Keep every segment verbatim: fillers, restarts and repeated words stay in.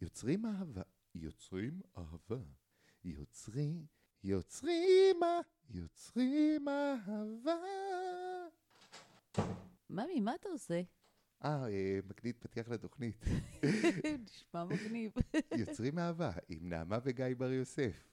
יוצרים אהבה, יוצרים אהבה, יוצרים, יוצרים, יוצרים אהבה. ממי, מה אתה עושה? אה, מקליט פתיח לתוכנית. נשמע מגניב. יוצרים אהבה, עם נעמה וגיא בר יוסף.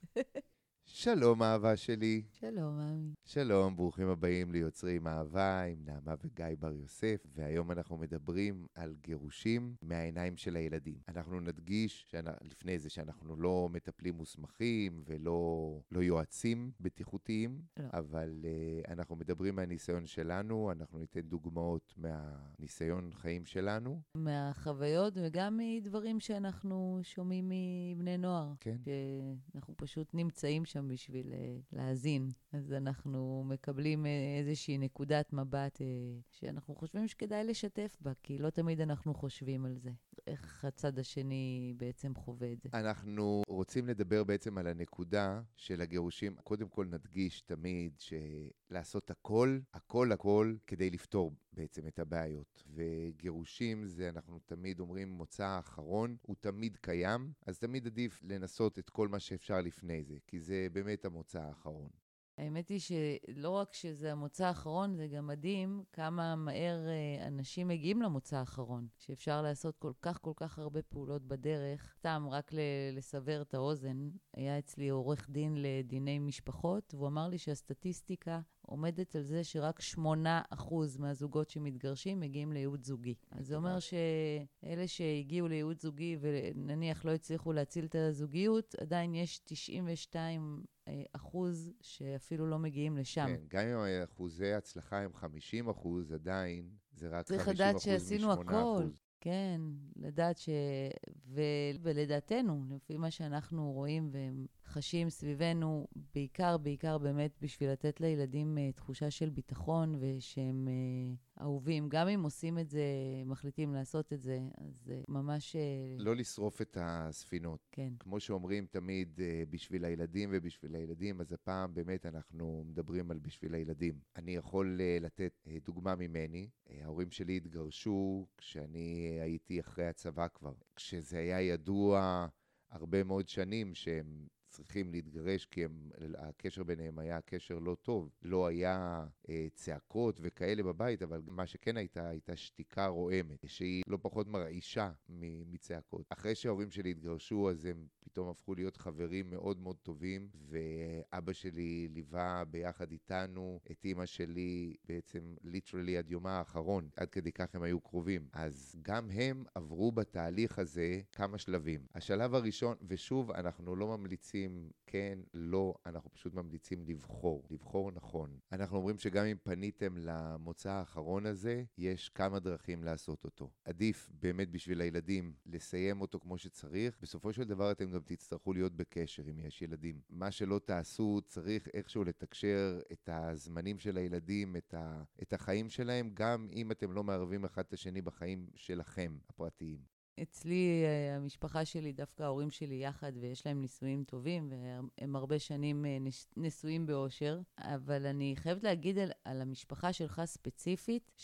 שלום אהבה שלי. שלום, ממי. שלום, ברוכים הבאים ליוצרים אהבה עם נעמה וגיא בר יוסף, והיום אנחנו מדברים על גירושים מהעיניים של הילדים. אנחנו נדגיש שאנ- לפני זה שאנחנו לא מטפלים מוסמכים ולא לא יועצים בטיחותיים, לא. אבל uh, אנחנו מדברים מהניסיון שלנו, אנחנו ניתן דוגמאות מהניסיון חיים שלנו. מהחוויות וגם מדברים שאנחנו שומעים מבני נוער. כן. שאנחנו פשוט נמצאים שם בשביל uh, להאזין. אז אנחנו מקבלים uh, איזושהי נקודת מבט uh, שאנחנו חושבים שכדאי לשתף בה, כי לא תמיד אנחנו חושבים על זה. איך הצד השני בעצם חווה את זה. אנחנו רוצים לדבר בעצם על הנקודה של הגירושים. קודם כל נדגיש תמיד שלעשות הכל, הכל הכל, כדי לפתור בעצם את הבעיות. וגירושים זה, אנחנו תמיד אומרים, מוצא האחרון, הוא תמיד קיים, אז תמיד עדיף לנסות את כל מה שאפשר לפני זה, כי זה באמת המוצא האחרון. האמת היא שלא רק שזה המוצא האחרון, זה גם מדהים כמה מהר אה, אנשים מגיעים למוצא האחרון, שאפשר לעשות כל כך כל כך הרבה פעולות בדרך. סתם, רק ל- לסבר את האוזן, היה אצלי עורך דין לדיני משפחות, והוא אמר לי שהסטטיסטיקה עומדת על זה שרק שמונה אחוז מהזוגות שמתגרשים מגיעים לייעוץ זוגי. אז זה אומר שאלה שהגיעו לייעוץ זוגי ונניח לא הצליחו להציל את הזוגיות, עדיין יש תשעים ושתיים אחוז שאפילו לא מגיעים לשם. כן, גם אם אחוזי הצלחה הם חמישים אחוז, עדיין זה רק צריך חמישים לדעת אחוז שעשינו משמונה הכל. אחוז. כן, לדעת ש... ו... ולדעתנו, לפי מה שאנחנו רואים וחשים סביבנו, בעיקר, בעיקר באמת בשביל לתת לילדים uh, תחושה של ביטחון ושהם uh, אהובים. גם אם עושים את זה, מחליטים לעשות את זה, אז uh, ממש... Uh... לא לשרוף את הספינות. כן. כמו שאומרים תמיד, uh, בשביל הילדים ובשביל הילדים, אז הפעם באמת אנחנו מדברים על בשביל הילדים. אני יכול uh, לתת uh, דוגמה ממני. Uh, ההורים שלי התגרשו כשאני הייתי אחרי הצבא כבר. כשזה היה ידוע הרבה מאוד שנים שהם צריכים להתגרש, כי הם, הקשר ביניהם היה קשר לא טוב. לא היה אה, צעקות וכאלה בבית, אבל מה שכן הייתה, הייתה שתיקה רועמת, שהיא לא פחות מרעישה מצעקות. אחרי שההורים שלי התגרשו, אז הם פתאום הפכו להיות חברים מאוד מאוד טובים, ואבא שלי ליווה ביחד איתנו את אמא שלי בעצם ליטרלי עד יומה האחרון, עד כדי כך הם היו קרובים. אז גם הם עברו בתהליך הזה כמה שלבים. השלב הראשון, ושוב אנחנו לא ממליצים כן, לא, אנחנו פשוט ממליצים לבחור, לבחור נכון. אנחנו אומרים שגם אם פניתם למוצא האחרון הזה, יש כמה דרכים לעשות אותו. עדיף באמת בשביל הילדים לסיים אותו כמו שצריך. בסופו של דבר אתם גם תצטרכו להיות בקשר אם יש ילדים. מה שלא תעשו, צריך איכשהו לתקשר את הזמנים של הילדים, את, ה, את החיים שלהם, גם אם אתם לא מערבים אחד את השני בחיים שלכם, הפרטיים. אצלי, המשפחה שלי, דווקא ההורים שלי יחד, ויש להם נישואים טובים, והם הרבה שנים נשואים באושר. אבל אני חייבת להגיד על, על המשפחה שלך ספציפית,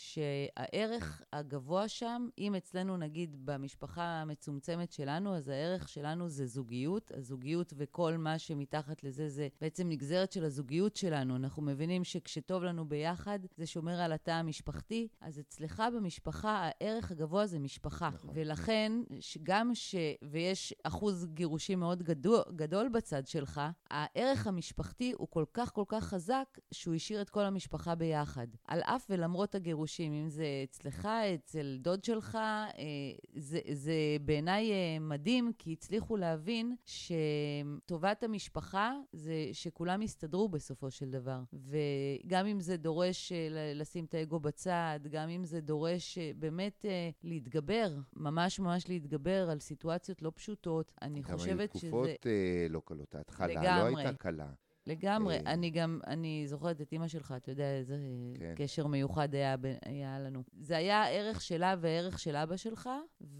שהערך הגבוה שם, אם אצלנו נגיד במשפחה המצומצמת שלנו, אז הערך שלנו זה זוגיות. הזוגיות וכל מה שמתחת לזה, זה בעצם נגזרת של הזוגיות שלנו. אנחנו מבינים שכשטוב לנו ביחד, זה שומר על התא המשפחתי. אז אצלך במשפחה, הערך הגבוה זה משפחה. נכון. ולכן, גם ש... ויש אחוז גירושים מאוד גדול, גדול בצד שלך, הערך המשפחתי הוא כל כך כל כך חזק, שהוא השאיר את כל המשפחה ביחד. על אף ולמרות הגירושים, אם זה אצלך, אצל דוד שלך, זה, זה בעיניי מדהים, כי הצליחו להבין שטובת המשפחה זה שכולם יסתדרו בסופו של דבר. וגם אם זה דורש לשים את האגו בצד, גם אם זה דורש באמת להתגבר, ממש ממש להתגבר על סיטואציות לא פשוטות. אני חושבת שזה... גם היו תקופות אה, לא קלות. ההתחלה לגמרי. לא הייתה קלה. לגמרי. אני גם, אני זוכרת את אמא שלך, אתה יודע, איזה כן. קשר מיוחד היה, היה לנו. זה היה הערך שלה והערך של אבא שלך,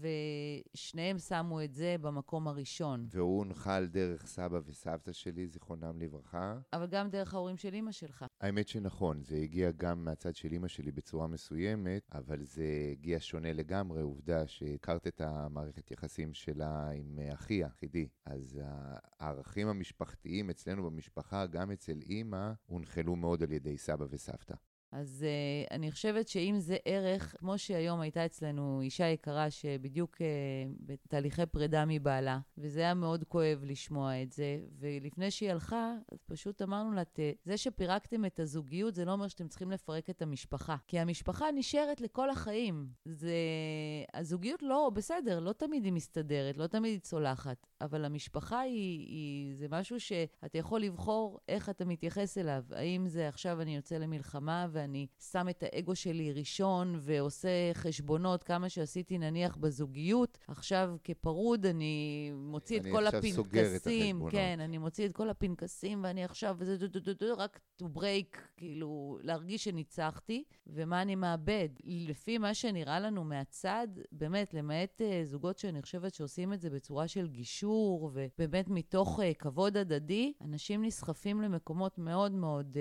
ושניהם שמו את זה במקום הראשון. והוא הונחל דרך סבא וסבתא שלי, זיכרונם לברכה. אבל גם דרך ההורים של אמא שלך. האמת שנכון, זה הגיע גם מהצד של אמא שלי בצורה מסוימת, אבל זה הגיע שונה לגמרי, עובדה שהכרת את המערכת יחסים שלה עם אחיה, חידי. אז הערכים המשפחתיים אצלנו במשפחה, גם אצל אמא, הונחלו מאוד על ידי סבא וסבתא. אז uh, אני חושבת שאם זה ערך, כמו שהיום הייתה אצלנו אישה יקרה שבדיוק uh, בתהליכי פרידה מבעלה, וזה היה מאוד כואב לשמוע את זה, ולפני שהיא הלכה, אז פשוט אמרנו לה, זה שפירקתם את הזוגיות, זה לא אומר שאתם צריכים לפרק את המשפחה, כי המשפחה נשארת לכל החיים. זה... הזוגיות לא, בסדר, לא תמיד היא מסתדרת, לא תמיד היא צולחת, אבל המשפחה היא, היא, זה משהו שאתה יכול לבחור איך אתה מתייחס אליו. האם זה עכשיו אני יוצא למלחמה ואני שם את האגו שלי ראשון ועושה חשבונות כמה שעשיתי נניח בזוגיות, עכשיו כפרוד אני מוציא את כל הפנקסים, כן, אני מוציא את כל הפנקסים ואני עכשיו, וזה רק to break, כאילו להרגיש שניצחתי, ומה אני מאבד. לפי מה שנראה לנו מהצד, באמת, למעט זוגות שאני חושבת שעושים את זה בצורה של גישור, ובאמת מתוך כבוד הדדי, אנשים נסחפים למקומות מאוד מאוד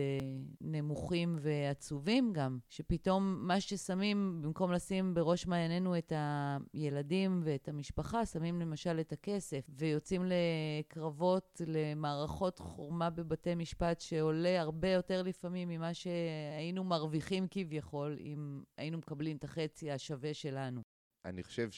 נמוכים ועצובים גם, שפתאום מה ששמים, במקום לשים בראש מעיינינו את הילדים ואת המשפחה, שמים למשל את הכסף, ויוצאים לקרבות, למערכות חורמה בבתי משפט, שעולה הרבה יותר לפעמים ממה שהיינו מרוויחים כביכול, אם היינו מקבלים את החצי השווה שלנו. אני חושב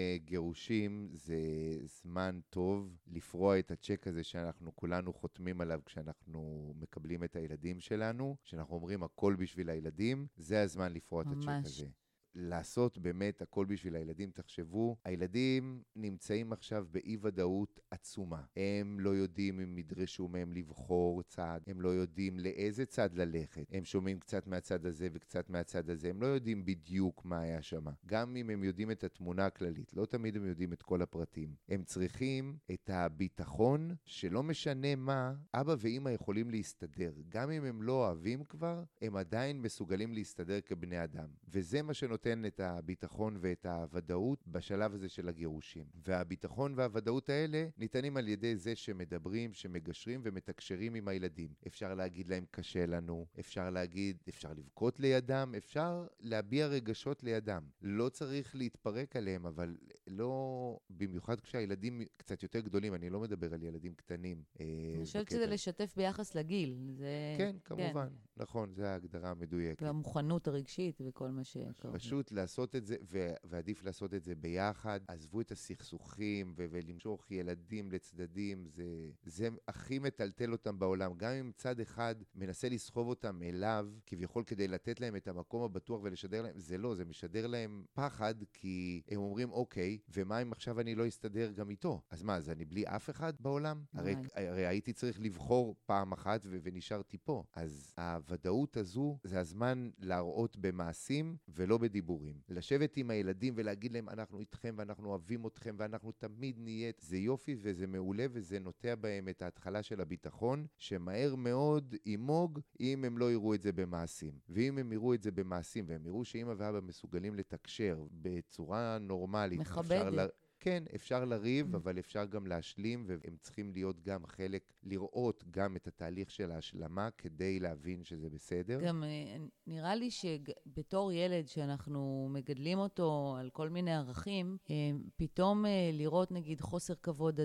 שגירושים זה זמן טוב לפרוע את הצ'ק הזה שאנחנו כולנו חותמים עליו כשאנחנו מקבלים את הילדים שלנו, שאנחנו אומרים הכל בשביל הילדים, זה הזמן לפרוע את הצ'ק הזה. לעשות באמת הכל בשביל הילדים. תחשבו, הילדים נמצאים עכשיו באי ודאות עצומה. הם לא יודעים אם ידרשו מהם לבחור צד, הם לא יודעים לאיזה צד ללכת. הם שומעים קצת מהצד הזה וקצת מהצד הזה, הם לא יודעים בדיוק מה היה שם. גם אם הם יודעים את התמונה הכללית, לא תמיד הם יודעים את כל הפרטים. הם צריכים את הביטחון שלא משנה מה, אבא ואמא יכולים להסתדר. גם אם הם לא אוהבים כבר, הם עדיין מסוגלים להסתדר כבני אדם. וזה מה שנותן את הביטחון ואת הוודאות בשלב הזה של הגירושים. והביטחון והוודאות האלה ניתנים על ידי זה שמדברים, שמגשרים ומתקשרים עם הילדים. אפשר להגיד להם קשה לנו, אפשר להגיד, אפשר לבכות לידם, אפשר להביע רגשות לידם. לא צריך להתפרק עליהם, אבל לא, במיוחד כשהילדים קצת יותר גדולים, אני לא מדבר על ילדים קטנים. אני חושבת שזה לשתף ביחס לגיל. זה... כן, כמובן. כן. נכון, זו ההגדרה המדויקת. והמוכנות הרגשית וכל מה שקורה. פשוט לעשות את זה, ועדיף לעשות את זה ביחד. עזבו את הסכסוכים ו- ולמשוך ילדים לצדדים, זה, זה הכי מטלטל אותם בעולם. גם אם צד אחד מנסה לסחוב אותם אליו, כביכול כדי לתת להם את המקום הבטוח ולשדר להם, זה לא, זה משדר להם פחד, כי הם אומרים, אוקיי, ומה אם עכשיו אני לא אסתדר גם איתו? אז מה, אז אני בלי אף אחד בעולם? הרי, הרי הייתי צריך לבחור פעם אחת ו- ונשארתי פה. אז הוודאות הזו, זה הזמן להראות במעשים ולא בדיבורים. לשבת עם הילדים ולהגיד להם, אנחנו איתכם ואנחנו אוהבים אתכם ואנחנו תמיד נהיה. זה יופי וזה מעולה וזה נוטע בהם את ההתחלה של הביטחון, שמהר מאוד ימוג אם הם לא יראו את זה במעשים. ואם הם יראו את זה במעשים והם יראו שאמא ואבא מסוגלים לתקשר בצורה נורמלית. מכבדת. כן, אפשר לריב, אבל אפשר גם להשלים, והם צריכים להיות גם חלק, לראות גם את התהליך של ההשלמה, כדי להבין שזה בסדר. גם נראה לי שבתור ילד שאנחנו מגדלים אותו על כל מיני ערכים, פתאום לראות נגיד חוסר כבוד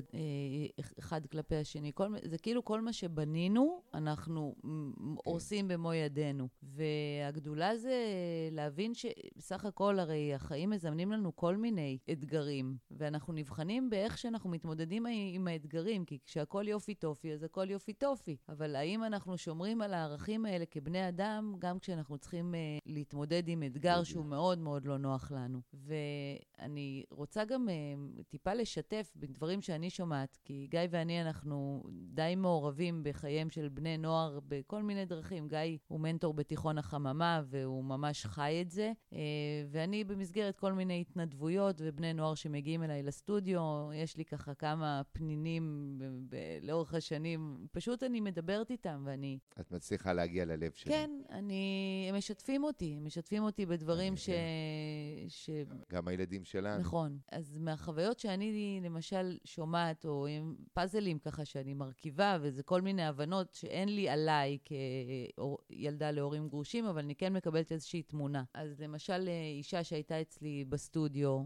אחד כלפי השני, כל, זה כאילו כל מה שבנינו, אנחנו כן. עושים במו ידינו. והגדולה זה להבין שבסך הכל הרי החיים מזמנים לנו כל מיני אתגרים, ואנחנו נבחנים באיך שאנחנו מתמודדים עם האתגרים, כי כשהכל יופי טופי, אז הכל יופי טופי. אבל האם אנחנו שומרים על הערכים האלה כבני אדם, גם כשאנחנו צריכים uh, להתמודד עם אתגר שהוא מאוד מאוד לא נוח לנו. ואני רוצה גם uh, טיפה לשתף בדברים שאני שומעת, כי גיא ואני אנחנו די מעורבים בחייהם של בני נוער בכל מיני דרכים. גיא הוא מנטור בתיכון החממה, והוא ממש חי את זה. Uh, ואני במסגרת כל מיני התנדבויות ובני נוער שמגיעים אליי אליי לסטודיו, יש לי ככה כמה פנינים ב- ב- לאורך השנים, פשוט אני מדברת איתם ואני... את מצליחה להגיע ללב שלי. כן, אני... הם משתפים אותי, הם משתפים אותי בדברים ש... ש... גם הילדים שלנו. נכון. אז מהחוויות שאני למשל שומעת, או עם פאזלים ככה שאני מרכיבה, וזה כל מיני הבנות שאין לי עליי כילדה להורים גרושים, אבל אני כן מקבלת איזושהי תמונה. אז למשל, אישה שהייתה אצלי בסטודיו,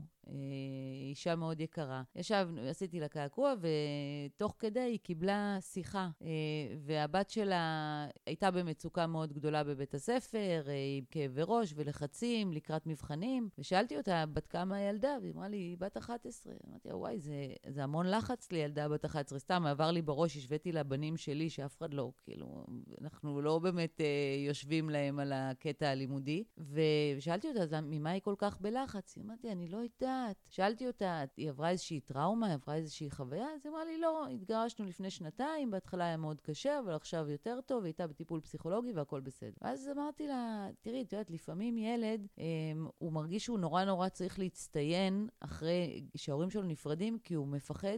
אישה מאוד יקרה. ישב, עשיתי לה קעקוע, ותוך כדי היא קיבלה שיחה. והבת שלה הייתה במצוקה מאוד גדולה בבית הספר, עם כאבי ראש ולחצים לקראת מבחנים. ושאלתי אותה, בת כמה הילדה? והיא אמרה לי, היא בת אחת עשרה. אמרתי, וואי, זה, זה המון לחץ לילדה בת אחת עשרה. סתם, עבר לי בראש, השוויתי לבנים שלי, שאף אחד לא, כאילו, אנחנו לא באמת יושבים להם על הקטע הלימודי. ושאלתי אותה, אז ממה היא כל כך בלחץ? היא אמרתי, אני לא יודעת. שאלתי אותה, היא עברה איזושהי טראומה, היא עברה איזושהי חוויה? אז היא אמרה לי, לא, התגרשנו לפני שנתיים, בהתחלה היה מאוד קשה, אבל עכשיו יותר טוב, היא הייתה בטיפול פסיכולוגי והכל בסדר. ואז אמרתי לה, תראי, את יודעת, לפעמים ילד, הם, הוא מרגיש שהוא נורא נורא צריך להצטיין אחרי שההורים שלו נפרדים, כי הוא מפחד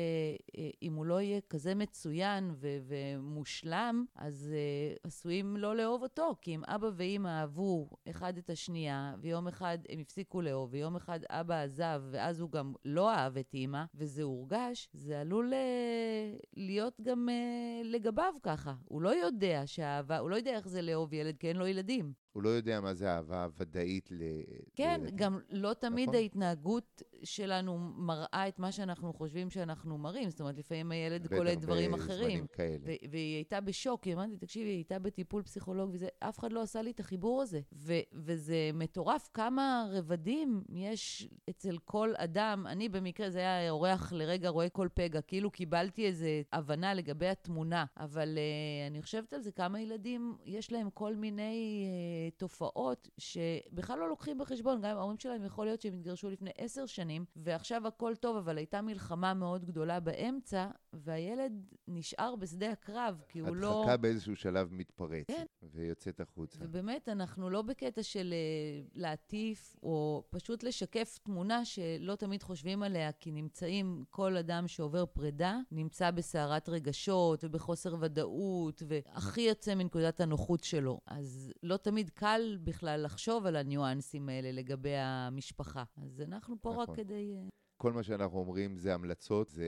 שאם הוא לא יהיה כזה מצוין ו- ומושלם, אז uh, עשויים לא לאהוב אותו, כי אם אבא ואמא אהבו אחד את השנייה, ויום אחד הם הפסיקו לאהוב, ויום אחד אבא עזב, ואז הוא גם לא אהב את אמא, וזה הורגש, זה עלול להיות גם לגביו ככה. הוא לא יודע שהאהבה, הוא לא יודע איך זה לאהוב ילד, כי אין לו ילדים. הוא לא יודע מה זה אהבה ודאית ל... כן, לילדים. גם לא תמיד נכון? ההתנהגות שלנו מראה את מה שאנחנו חושבים שאנחנו מראים. זאת אומרת, לפעמים הילד בטח קולט דברים אחרים. בזמנים כאלה. ו- והיא הייתה בשוק, היא אמרתי, תקשיבי, היא הייתה בטיפול פסיכולוג, וזה, אף אחד לא עשה לי את החיבור הזה. ו- וזה מטורף כמה רבדים יש אצל כל אדם. אני במקרה, זה היה אורח לרגע רואה כל פגע, כאילו קיבלתי איזו הבנה לגבי התמונה. אבל uh, אני חושבת על זה, כמה ילדים יש להם כל מיני... Uh, תופעות שבכלל לא לוקחים בחשבון. גם ההורים שלהם יכול להיות שהם התגרשו לפני עשר שנים, ועכשיו הכל טוב, אבל הייתה מלחמה מאוד גדולה באמצע, והילד נשאר בשדה הקרב, כי הוא לא... הדחקה באיזשהו שלב מתפרץ, כן. ויוצאת החוצה. ובאמת, אנחנו לא בקטע של להטיף, או פשוט לשקף תמונה שלא תמיד חושבים עליה, כי נמצאים, כל אדם שעובר פרידה, נמצא בסערת רגשות, ובחוסר ודאות, והכי יוצא מנקודת הנוחות שלו. אז לא תמיד קל בכלל לחשוב על הניואנסים האלה לגבי המשפחה. אז אנחנו פה נכון. רק כדי... כל מה שאנחנו אומרים זה המלצות, זה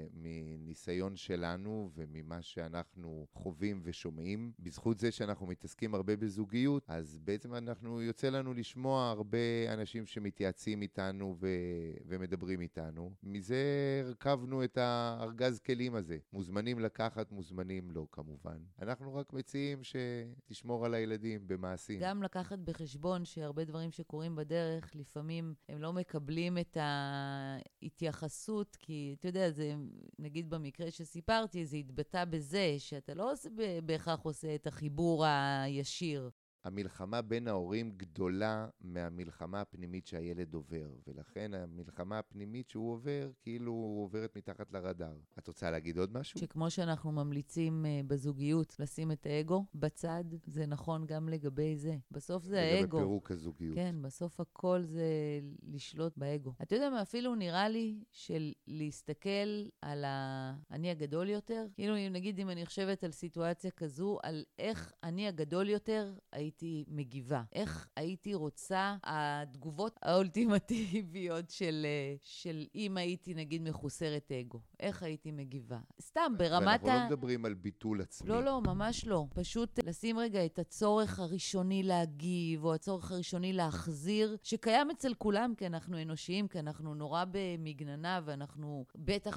מניסיון שלנו וממה שאנחנו חווים ושומעים. בזכות זה שאנחנו מתעסקים הרבה בזוגיות, אז בעצם אנחנו יוצא לנו לשמוע הרבה אנשים שמתייעצים איתנו ו... ומדברים איתנו. מזה הרכבנו את הארגז כלים הזה. מוזמנים לקחת, מוזמנים לא כמובן. אנחנו רק מציעים שתשמור על הילדים במעשים. גם לקחת בחשבון שהרבה דברים שקורים בדרך, לפעמים הם לא מקבלים את ה... התייחסות, כי אתה יודע, זה, נגיד במקרה שסיפרתי, זה התבטא בזה שאתה לא עושה, בהכרח עושה את החיבור הישיר. המלחמה בין ההורים גדולה מהמלחמה הפנימית שהילד עובר, ולכן המלחמה הפנימית שהוא עובר, כאילו הוא עוברת מתחת לרדאר. את רוצה להגיד עוד משהו? שכמו שאנחנו ממליצים uh, בזוגיות לשים את האגו בצד, זה נכון גם לגבי זה. בסוף זה האגו. לגבי פירוק הזוגיות. כן, בסוף הכל זה לשלוט באגו. אתה יודע מה, אפילו נראה לי של להסתכל על האני הגדול יותר, כאילו נגיד אם אני חושבת על סיטואציה כזו, על איך אני הגדול יותר הייתי מגיבה. איך הייתי רוצה התגובות האולטימטיביות של, של אם הייתי נגיד מחוסרת אגו. איך הייתי מגיבה. סתם ברמת ואנחנו ה... לא מדברים על ביטול עצמי. לא, לא, ממש לא. פשוט לשים רגע את הצורך הראשוני להגיב, או הצורך הראשוני להחזיר, שקיים אצל כולם, כי אנחנו אנושיים, כי אנחנו נורא במגננה, ואנחנו בטח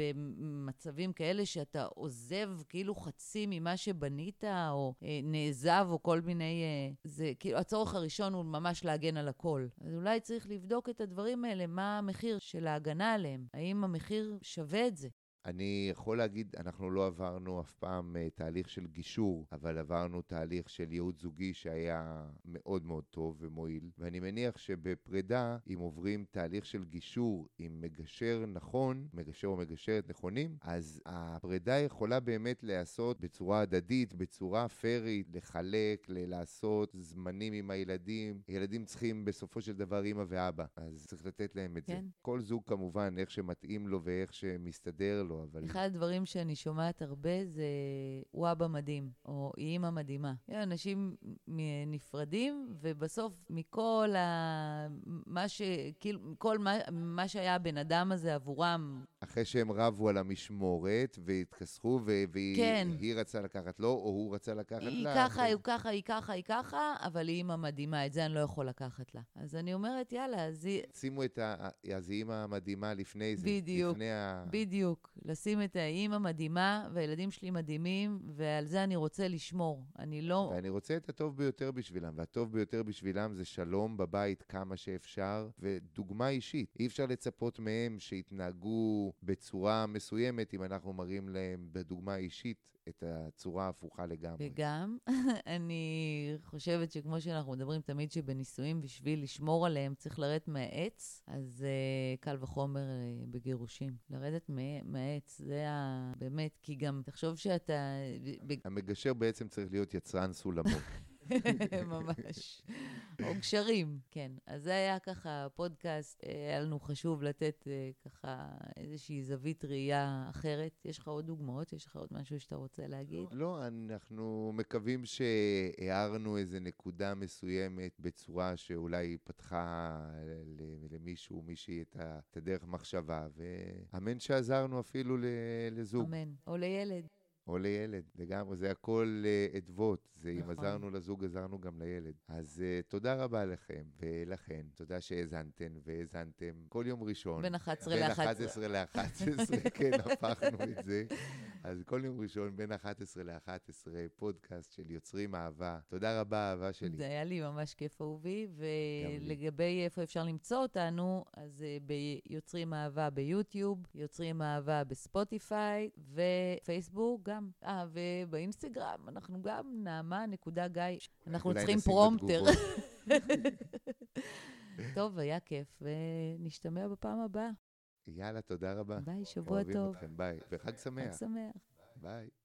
במצבים כאלה שאתה עוזב כאילו חצי ממה שבנית, או אה, נעזב, או כל מיני... אה, זה כאילו, הצורך הראשון הוא ממש להגן על הכל. אז אולי צריך לבדוק את הדברים האלה, מה המחיר של ההגנה עליהם. האם המחיר שווה את זה? אני יכול להגיד, אנחנו לא עברנו אף פעם uh, תהליך של גישור, אבל עברנו תהליך של ייעוץ זוגי שהיה מאוד מאוד טוב ומועיל, ואני מניח שבפרידה, אם עוברים תהליך של גישור עם מגשר נכון, מגשר או מגשרת נכונים, אז הפרידה יכולה באמת להיעשות בצורה הדדית, בצורה פרית, לחלק, ל- לעשות זמנים עם הילדים. ילדים צריכים בסופו של דבר אמא ואבא, אז צריך לתת להם את כן. זה. כל זוג כמובן, איך שמתאים לו ואיך שמסתדר לו, אבל... אחד הדברים שאני שומעת הרבה זה הוא אבא מדהים, או היא אימא מדהימה. אנשים נפרדים, ובסוף מכל ה... מה ש... כאילו, כל מה, מה שהיה הבן אדם הזה עבורם... אחרי שהם רבו על המשמורת והתכסחו, ו- והיא כן. היא רצה לקחת לו, או הוא רצה לקחת לה. היא ככה, היא ככה, היא ככה, היא ככה, אבל היא אימא מדהימה, את זה אני לא יכול לקחת לה. אז אני אומרת, יאללה, אז היא... שימו את ה... אז היא אימא המדהימה לפני זה. בדיוק, לפני ה... בדיוק. לשים את האימא מדהימה, והילדים שלי מדהימים, ועל זה אני רוצה לשמור. אני לא... ואני רוצה את הטוב ביותר בשבילם, והטוב ביותר בשבילם זה שלום בבית כמה שאפשר, ודוגמה אישית. אי אפשר לצפות מהם שיתנהגו בצורה מסוימת, אם אנחנו מראים להם בדוגמה אישית את הצורה ההפוכה לגמרי. וגם, אני חושבת שכמו שאנחנו מדברים תמיד שבנישואים בשביל לשמור עליהם צריך לרדת מהעץ, אז uh, קל וחומר uh, בגירושים. לרדת מה- מהעץ, זה ה... באמת, כי גם תחשוב שאתה... ב- המגשר בעצם צריך להיות יצרן סולמות. ממש. או גשרים, כן. אז זה היה ככה פודקאסט, היה לנו חשוב לתת אה, ככה איזושהי זווית ראייה אחרת. יש לך עוד דוגמאות? יש לך עוד משהו שאתה רוצה להגיד? לא, אנחנו מקווים שהערנו איזה נקודה מסוימת בצורה שאולי פתחה ל- למישהו, מישהי את ה- את הדרך מחשבה, ואמן שעזרנו אפילו ל- לזוג. אמן. או לילד. או לילד, לגמרי, זה הכל uh, אדוות, זה אם נכון. עזרנו לזוג, עזרנו גם לילד. אז uh, תודה רבה לכם ולכן, תודה שהאזנתן והאזנתם כל יום ראשון. בין אחת עשרה ל-אחת עשרה. בין אחת עשרה ל-אחת עשרה, כן, הפכנו את זה. אז כל יום ראשון בין אחת עשרה ל-אחת עשרה, פודקאסט של יוצרים אהבה. תודה רבה, אהבה שלי. זה היה לי ממש כיף אהובי, לי. ולגבי איפה אפשר למצוא אותנו, אז אה, ביוצרים אהבה ביוטיוב, יוצרים אהבה בספוטיפיי, ופייסבוק גם. אה, ובאינסטגרם אנחנו גם נעמה נקודה גיא. אנחנו אולי צריכים נשים פרומפטר. בתגובות. טוב, היה כיף, ונשתמע בפעם הבאה. יאללה, תודה רבה. ביי, שבוע אוהבים טוב. אתכם, ביי. וחג שמח. חג שמח. ביי.